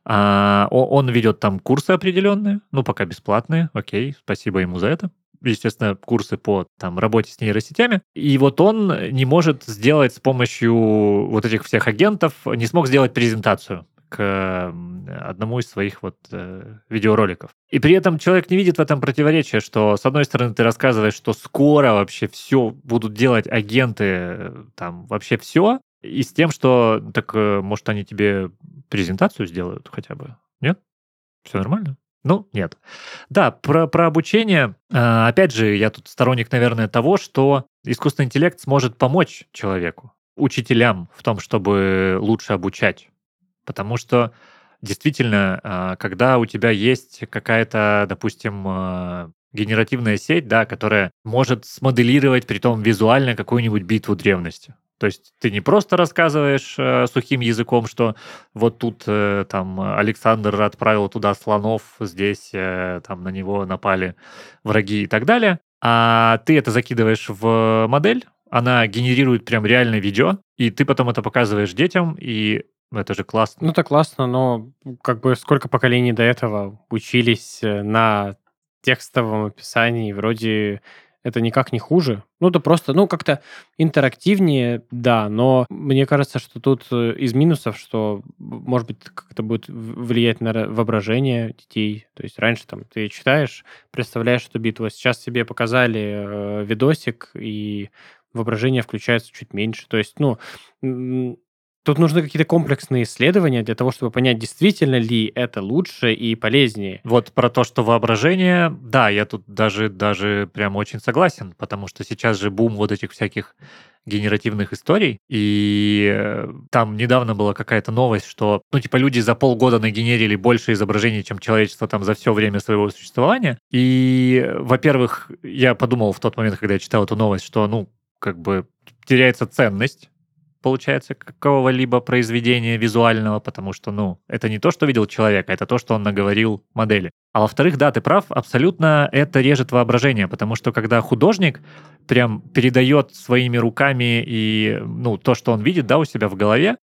а, о- он ведет там курсы определенные, ну пока бесплатные, окей, спасибо ему за это. Естественно, курсы по там, работе с нейросетями. И вот он не может сделать с помощью вот этих всех агентов, не смог сделать презентацию к м, одному из своих вот э, видеороликов. И при этом человек не видит в этом противоречия, что с одной стороны ты рассказываешь, что скоро вообще все будут делать агенты, э, там вообще все, и с тем, что так э, может они тебе презентацию сделают хотя бы, нет? Все нормально? Ну, нет. Да, про, про обучение. э, Опять же, я тут сторонник, наверное, того, что искусственный интеллект сможет помочь человеку, учителям в том, чтобы лучше обучать. Потому что действительно, э, когда у тебя есть какая-то, допустим, э, генеративная сеть, да, которая может смоделировать, притом визуально, какую-нибудь битву древности. То есть ты не просто рассказываешь э, сухим языком, что вот тут э, там Александр отправил туда слонов, здесь э, там на него напали враги и так далее, а ты это закидываешь в модель, она генерирует прям реальное видео, и ты потом это показываешь детям, и это же классно. Ну, это классно, но как бы сколько поколений до этого учились э, на текстовом описании, вроде это никак не хуже. Ну, да просто, ну, как-то интерактивнее, да, но мне кажется, что тут э, из минусов, что, м, может быть, как-то будет в- влиять на ра- воображение детей. То есть раньше там ты читаешь, представляешь эту битву, а сейчас тебе показали э, видосик, и воображение включается чуть меньше. То есть, ну, м, тут нужны какие-то комплексные исследования для того, чтобы понять, действительно ли это лучше и полезнее. Вот про то, что воображение, да, я тут даже, даже прям очень согласен, потому что сейчас же бум вот этих всяких генеративных историй, и э, там недавно была какая-то новость, что, ну, типа, люди за полгода нагенерили больше изображений, чем человечество там за все время своего существования, и, э, во-первых, я подумал в тот момент, когда я читал эту новость, что, ну, как бы теряется ценность, получается, какого-либо произведения визуального, потому что, ну, это не то, что видел человек, а это то, что он наговорил модели. А во-вторых, да, ты прав, абсолютно это режет воображение, потому что когда художник прям передает своими руками и, ну, то, что он видит, да, у себя в голове,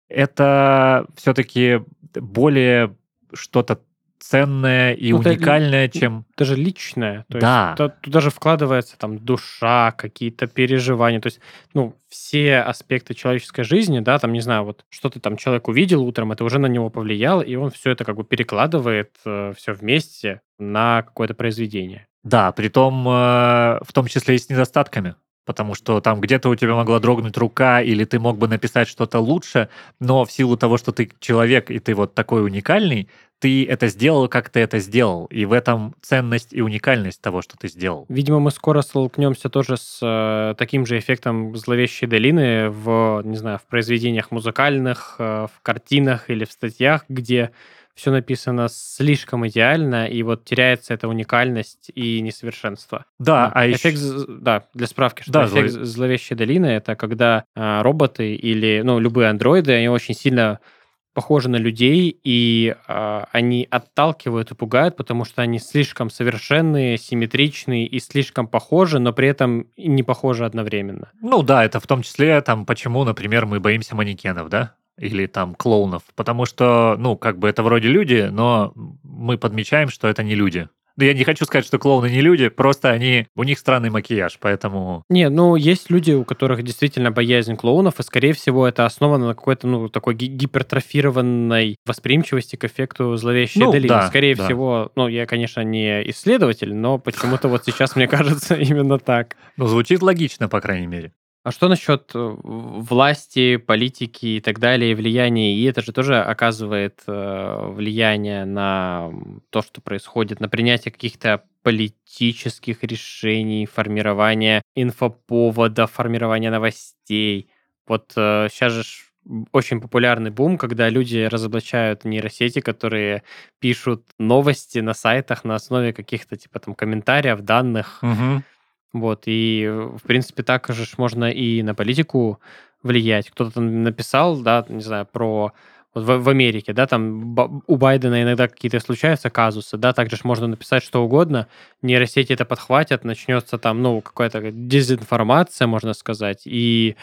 это все-таки более что-то ценное и Ну, это ли- уникальное, чем... Даже личное. То Да. есть тут, тут даже вкладывается там душа, какие-то переживания. То есть, ну, все аспекты человеческой жизни, да, там, не знаю, вот что ты там человек увидел утром, это уже на него повлияло, и он все это как бы перекладывает все вместе на какое-то произведение. Да, притом э, в том числе и с недостатками. Потому что там где-то у тебя могла дрогнуть рука, или ты мог бы написать что-то лучше, но в силу того, что ты человек, и ты вот такой уникальный, ты это сделал, как ты это сделал. И в этом ценность и уникальность того, что ты сделал. Видимо, мы скоро столкнемся тоже с э, таким же эффектом зловещей долины в, не знаю, в произведениях музыкальных, э, в картинах или в статьях, где все написано слишком идеально, и вот теряется эта уникальность и несовершенство. Да, а эффект, еще... з- да, для справки, что Да, эффект зло- з- зловещей долины это когда а, роботы или, ну, любые андроиды, они очень сильно похожи на людей, и а, они отталкивают и пугают, потому что они слишком совершенные, симметричные и слишком похожи, но при этом и не похожи одновременно. Ну да, это в том числе, там, почему, например, мы боимся манекенов, да? Или там клоунов. Потому что, ну, как бы это вроде люди, но мы подмечаем, что это не люди. Ну, я не хочу сказать, что клоуны не люди, просто они, у них странный макияж, поэтому... Не, ну, есть люди, у которых действительно боязнь клоунов, и, скорее всего, это основано на какой-то, ну, такой ги- гипертрофированной восприимчивости к эффекту зловещей Ну, долины. да, Скорее да. всего, ну, я, конечно, не исследователь, но почему-то вот сейчас мне кажется именно так. Ну, звучит логично, по крайней мере. А что насчет э, власти, политики и так далее, и влияния? И это же тоже оказывает э, влияние на м, то, что происходит, на принятие каких-то политических решений, формирование инфоповода, формирование новостей. Вот сейчас же ж очень популярный бум, когда люди разоблачают нейросети, которые пишут новости на сайтах на основе каких-то типа там комментариев, данных. Мгм. Вот, и, э, в принципе, так же ж можно и на политику влиять. Кто-то там написал, да, не знаю, про вот в, в Америке, да, там Ба- у Байдена иногда какие-то случаются казусы, да, также ж можно написать что угодно, нейросети это подхватят, начнется там, ну, какая-то дезинформация, можно сказать, и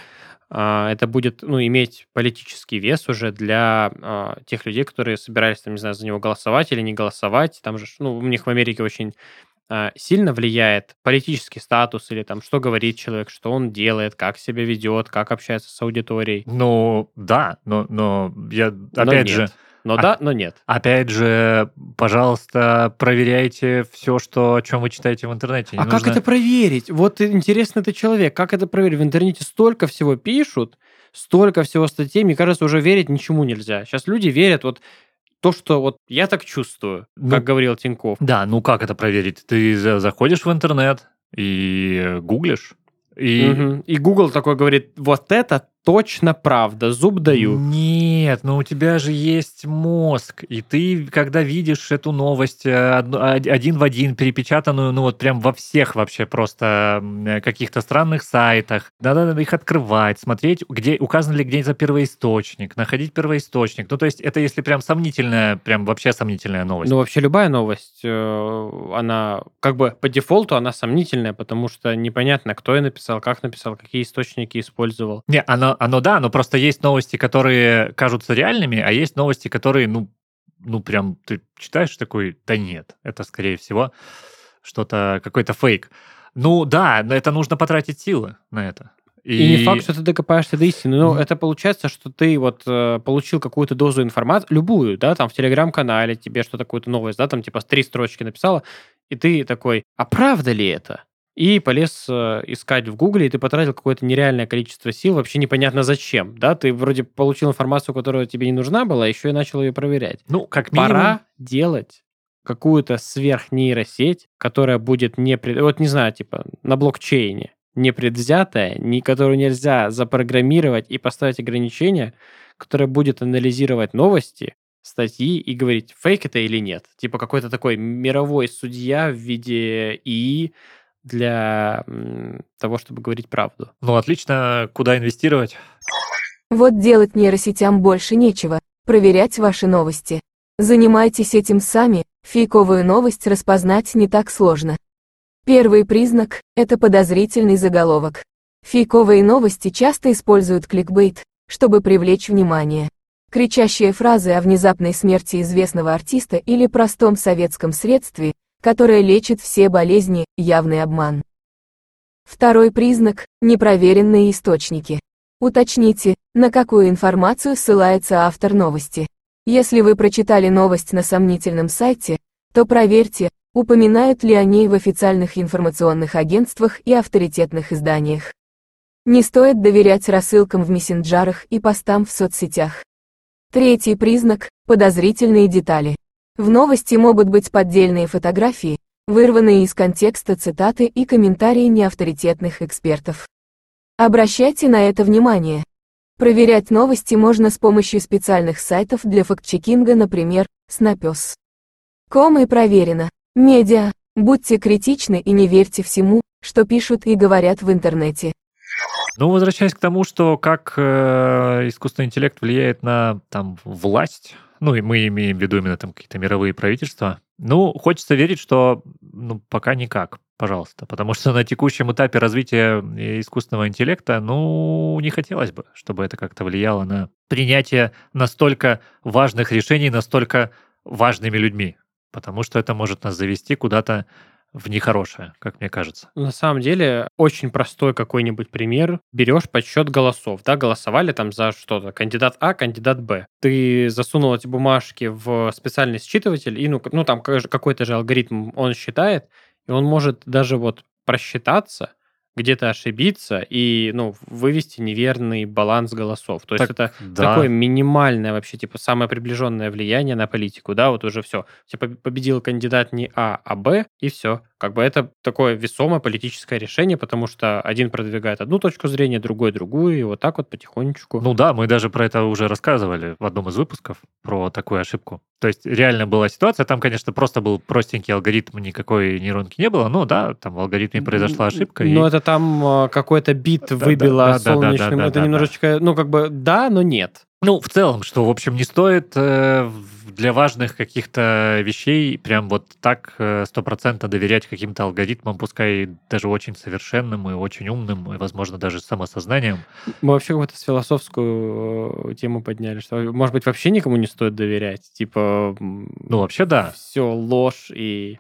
а, это будет, ну, иметь политический вес уже для а, тех людей, которые собирались, там, не знаю, за него голосовать или не голосовать. Там же, ж, ну, у них в Америке очень а, сильно влияет политический статус или там, что говорит человек, что он делает, как себя ведет, как общается с аудиторией. Ну, да, но, но я, Но опять нет. же, Но а- да, но нет. опять же, пожалуйста, проверяйте все, что, о чем вы читаете в интернете. Не А как нужно- это проверить? Вот интересно ты человек, как это проверить? В интернете столько всего пишут, столько всего статей, мне кажется, уже верить ничему нельзя. Сейчас люди верят вот то, что вот я так чувствую, Ну, как говорил Тиньков. Да, ну как это проверить? Ты за- заходишь в интернет и гуглишь, и... Мгм. И Google такой говорит, вот это точно правда, зуб даю. Нет, но у тебя же есть мозг, и ты, когда видишь эту новость э, одну- од- один в один перепечатанную, ну вот прям во всех вообще просто м, э, каких-то странных сайтах, надо их открывать, смотреть, где указан ли где за первоисточник, находить первоисточник. Ну то есть это если прям сомнительная, прям вообще сомнительная новость. Ну, вообще любая новость, э, она как бы по дефолту она сомнительная, потому что непонятно, кто ее написал, как написал, какие источники использовал. Не, оно, оно да, но просто есть новости, которые кажутся реальными, а есть новости, которые, ну, ну прям ты читаешь такой, да нет, это скорее всего что-то, какой-то фейк. Ну да, но это нужно потратить силы на это. И не факт, что ты докопаешься до истины. Но М. это получается, что ты вот э, получил какую-то дозу информации, любую, да, там в Телеграм-канале тебе что-то, какую-то новость, да, там типа три строчки написала, и ты такой, а правда ли это? И полез э, искать в Гугле, и ты потратил какое-то нереальное количество сил, вообще непонятно зачем, да, ты вроде получил информацию, которая тебе не нужна была, еще и начал ее проверять. Ну, как минимум, Пора делать какую-то сверхнейросеть, которая будет не... пред- Вот не знаю, типа на блокчейне, непредвзятая, не, которую нельзя запрограммировать и поставить ограничения, которая будет анализировать новости, статьи и говорить, фейк это или нет. Типа какой-то такой мировой судья в виде ИИ для м, того, чтобы говорить правду. ну отлично, куда инвестировать? Вот делать нейросетям больше нечего, проверять ваши новости. Занимайтесь этим сами, фейковую новость распознать не так сложно. Первый признак – это подозрительный заголовок. Фейковые новости часто используют кликбейт, чтобы привлечь внимание. Кричащие фразы о внезапной смерти известного артиста или простом советском средстве, которое лечит все болезни, явный обман. Второй признак – непроверенные источники. Уточните, на какую информацию ссылается автор новости. Если вы прочитали новость на сомнительном сайте, то проверьте, упоминают ли о ней в официальных информационных агентствах и авторитетных изданиях. Не стоит доверять рассылкам в мессенджерах и постам в соцсетях. Третий признак – подозрительные детали. В новости могут быть поддельные фотографии, вырванные из контекста цитаты и комментарии неавторитетных экспертов. Обращайте на это внимание. Проверять новости можно с помощью специальных сайтов для фактчекинга, например, Snopes. Ком и проверено. Медиа. Будьте критичны и не верьте всему, что пишут и говорят в интернете. Ну, возвращаясь к тому, что как э, искусственный интеллект влияет на там власть, ну и мы имеем в виду именно там какие-то мировые правительства, ну, хочется верить, что ну, пока никак, пожалуйста, потому что на текущем этапе развития искусственного интеллекта, ну, не хотелось бы, чтобы это как-то влияло на принятие настолько важных решений, настолько важными людьми, потому что это может нас завести куда-то в нехорошее, как мне кажется. На самом деле, очень простой какой-нибудь пример. Берешь подсчет голосов, да, голосовали там за что-то, кандидат А, кандидат Б. Ты засунул эти бумажки в специальный считыватель, и ну, к- ну там как же- какой-то же алгоритм он считает, и он может даже вот просчитаться, где-то ошибиться и, ну, вывести неверный баланс голосов. То есть Так, это да. такое минимальное вообще, типа, самое приближенное влияние на политику, да, вот уже все. Типа победил кандидат не А, а Б, и все. Как бы это такое весомое политическое решение, потому что один продвигает одну точку зрения, другой другую, и вот так вот потихонечку. Ну да, мы даже про это уже рассказывали в одном из выпусков, про такую ошибку. То есть реально была ситуация, там, конечно, просто был простенький алгоритм, никакой нейронки не было, но да, там в алгоритме произошла ошибка. Но и... это там а, какой-то бит Да, да, выбило да, да, да, солнечным. да, да, Это да, да. немножечко, ну, как бы да, но нет. Ну, в целом, что, в общем, не стоит э, в- для важных каких-то вещей прям вот так э, стопроцентно доверять каким-то алгоритмам, пускай даже очень совершенным и очень умным, и, возможно, даже с самосознанием. Мы вообще какую-то с философскую э, тему подняли, что, может быть, вообще никому не стоит доверять. Типа, Ну, вообще, да. все ложь, и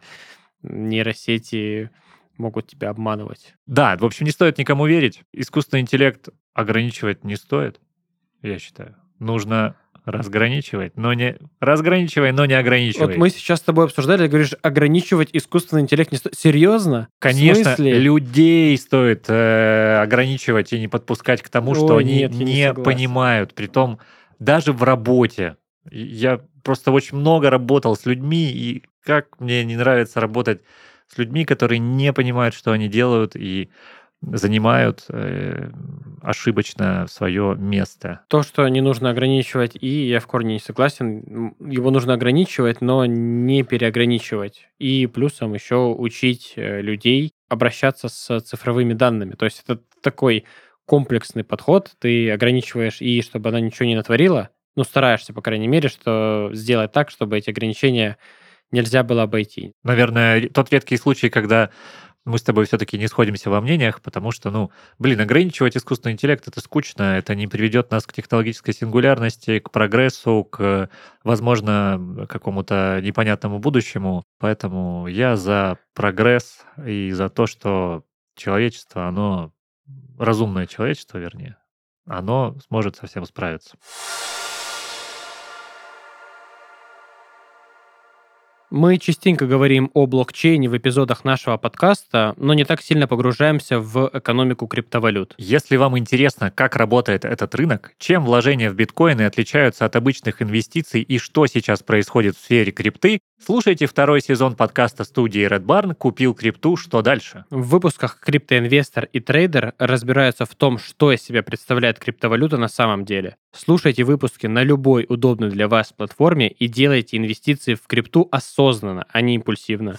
нейросети могут тебя обманывать. Да, в общем, не стоит никому верить. Искусственный интеллект ограничивать не стоит, я считаю. Нужно разграничивать, но не... Разграничивай, но не ограничивай. Вот мы сейчас с тобой обсуждали, ты говоришь, ограничивать искусственный интеллект не стоит. Серьезно? Конечно, В смысле? людей стоит э, ограничивать и не подпускать к тому, что Ой, они нет, я не не согласен. понимают. Притом даже в работе. И Я просто очень много работал с людьми, и как мне не нравится работать с людьми, которые не понимают, что они делают, и занимают э, ошибочно свое место. То, что не нужно ограничивать, и я в корне не согласен, его нужно ограничивать, но не переограничивать. И плюсом еще учить людей обращаться с цифровыми данными. То есть это такой комплексный подход. Ты ограничиваешь и чтобы она ничего не натворила, ну, стараешься, по крайней мере, что сделать так, чтобы эти ограничения нельзя было обойти. Наверное, тот редкий случай, когда мы с тобой все-таки не сходимся во мнениях, потому что, ну, блин, ограничивать искусственный интеллект — это скучно, это не приведет нас к технологической сингулярности, к прогрессу, к, возможно, какому-то непонятному будущему. Поэтому я за прогресс и за то, что человечество, оно, разумное человечество, вернее, оно сможет со всем справиться. Мы частенько говорим о блокчейне в эпизодах нашего подкаста, но не так сильно погружаемся в экономику криптовалют. Если вам интересно, как работает этот рынок, чем вложения в биткоины отличаются от обычных инвестиций и что сейчас происходит в сфере крипты, слушайте второй сезон подкаста студии Red Barn «Купил крипту. Что дальше?». В выпусках «Криптоинвестор» и «Трейдер» разбираются в том, что из себя представляет криптовалюта на самом деле. Слушайте выпуски на любой удобной для вас платформе и делайте инвестиции в крипту осознанно, а не импульсивно.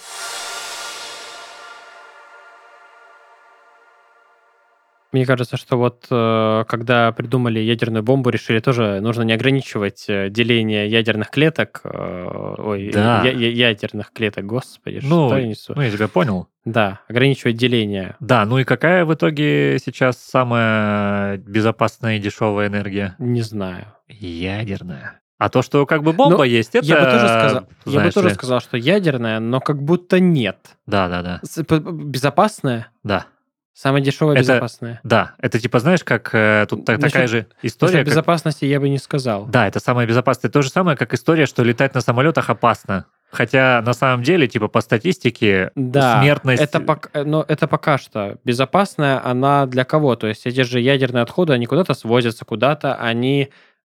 Мне кажется, что вот э, когда придумали ядерную бомбу, решили тоже, нужно не ограничивать э, деление ядерных клеток, э, ой, Да. я- я- ядерных клеток, господи, Ну, что я несу? ну, я тебя понял. Да, ограничивать деление. Да, ну и какая в итоге сейчас самая безопасная и дешевая энергия? Не знаю. Ядерная. А то, что как бы бомба Ну, есть, это... я бы тоже сказал, я бы знаешь тоже ли, сказал, что ядерная, но как будто нет. Да, да, да. С- п- п- Безопасная, Да, самая дешевая Это- безопасная. да. Это типа, знаешь, как э, тут та- Насчет- такая же Насчет история, как- безопасности я бы не сказал. Да, это самое безопасное. То же самое, как история, что летать на самолетах опасно. Хотя на самом деле, типа, по статистике, Да, смертность... это, пок- но это пока что. Безопасная она для кого? То есть эти же ядерные отходы, они куда-то свозятся, куда-то они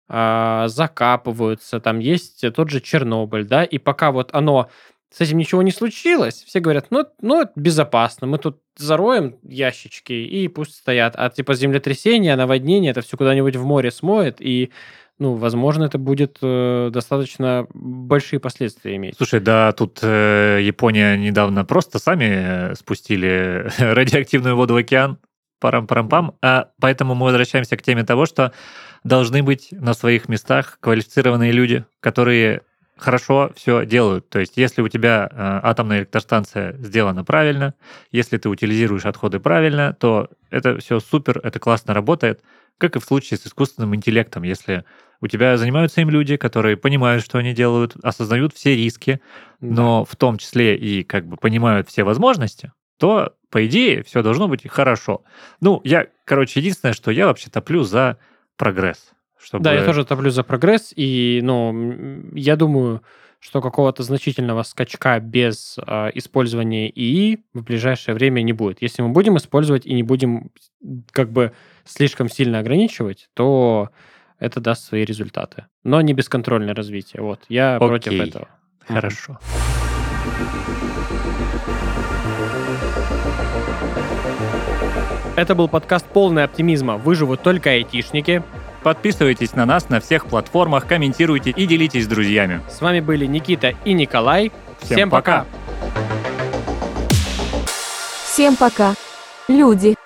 а, закапываются. Там есть тот же Чернобыль, да, и пока вот оно, с этим ничего не случилось, все говорят, ну, ну это безопасно, мы тут зароем ящички и пусть стоят. А типа землетрясение, наводнение, это все куда-нибудь в море смоет, и, ну, возможно, это будет э, достаточно большие последствия иметь. Слушай, да, тут э, Япония недавно просто сами э, спустили радиоактивную воду в океан. Парам-парам-пам. А поэтому мы возвращаемся к теме того, что должны быть на своих местах квалифицированные люди, которые хорошо все делают. То есть, если у тебя э, атомная электростанция сделана правильно, если ты утилизируешь отходы правильно, то это все супер, это классно работает. Как и в случае с искусственным интеллектом. Если у тебя занимаются им люди, которые понимают, что они делают, осознают все риски, но в том числе и как бы понимают все возможности, то, по идее, все должно быть хорошо. Ну, я, короче, единственное, что я вообще топлю за прогресс. Чтобы... Да, я тоже топлю за прогресс, и, ну, м, я думаю, что какого-то значительного скачка без э, использования ИИ в ближайшее время не будет. Если мы будем использовать и не будем как бы слишком сильно ограничивать, то это даст свои результаты. Но не бесконтрольное развитие. Вот, я Окей. против этого. Хорошо. Это был подкаст «Полный оптимизма. Выживут только айтишники». Подписывайтесь на нас на всех платформах, комментируйте и делитесь с друзьями. С вами были Никита и Николай. Всем Всем пока. пока. Всем пока, люди!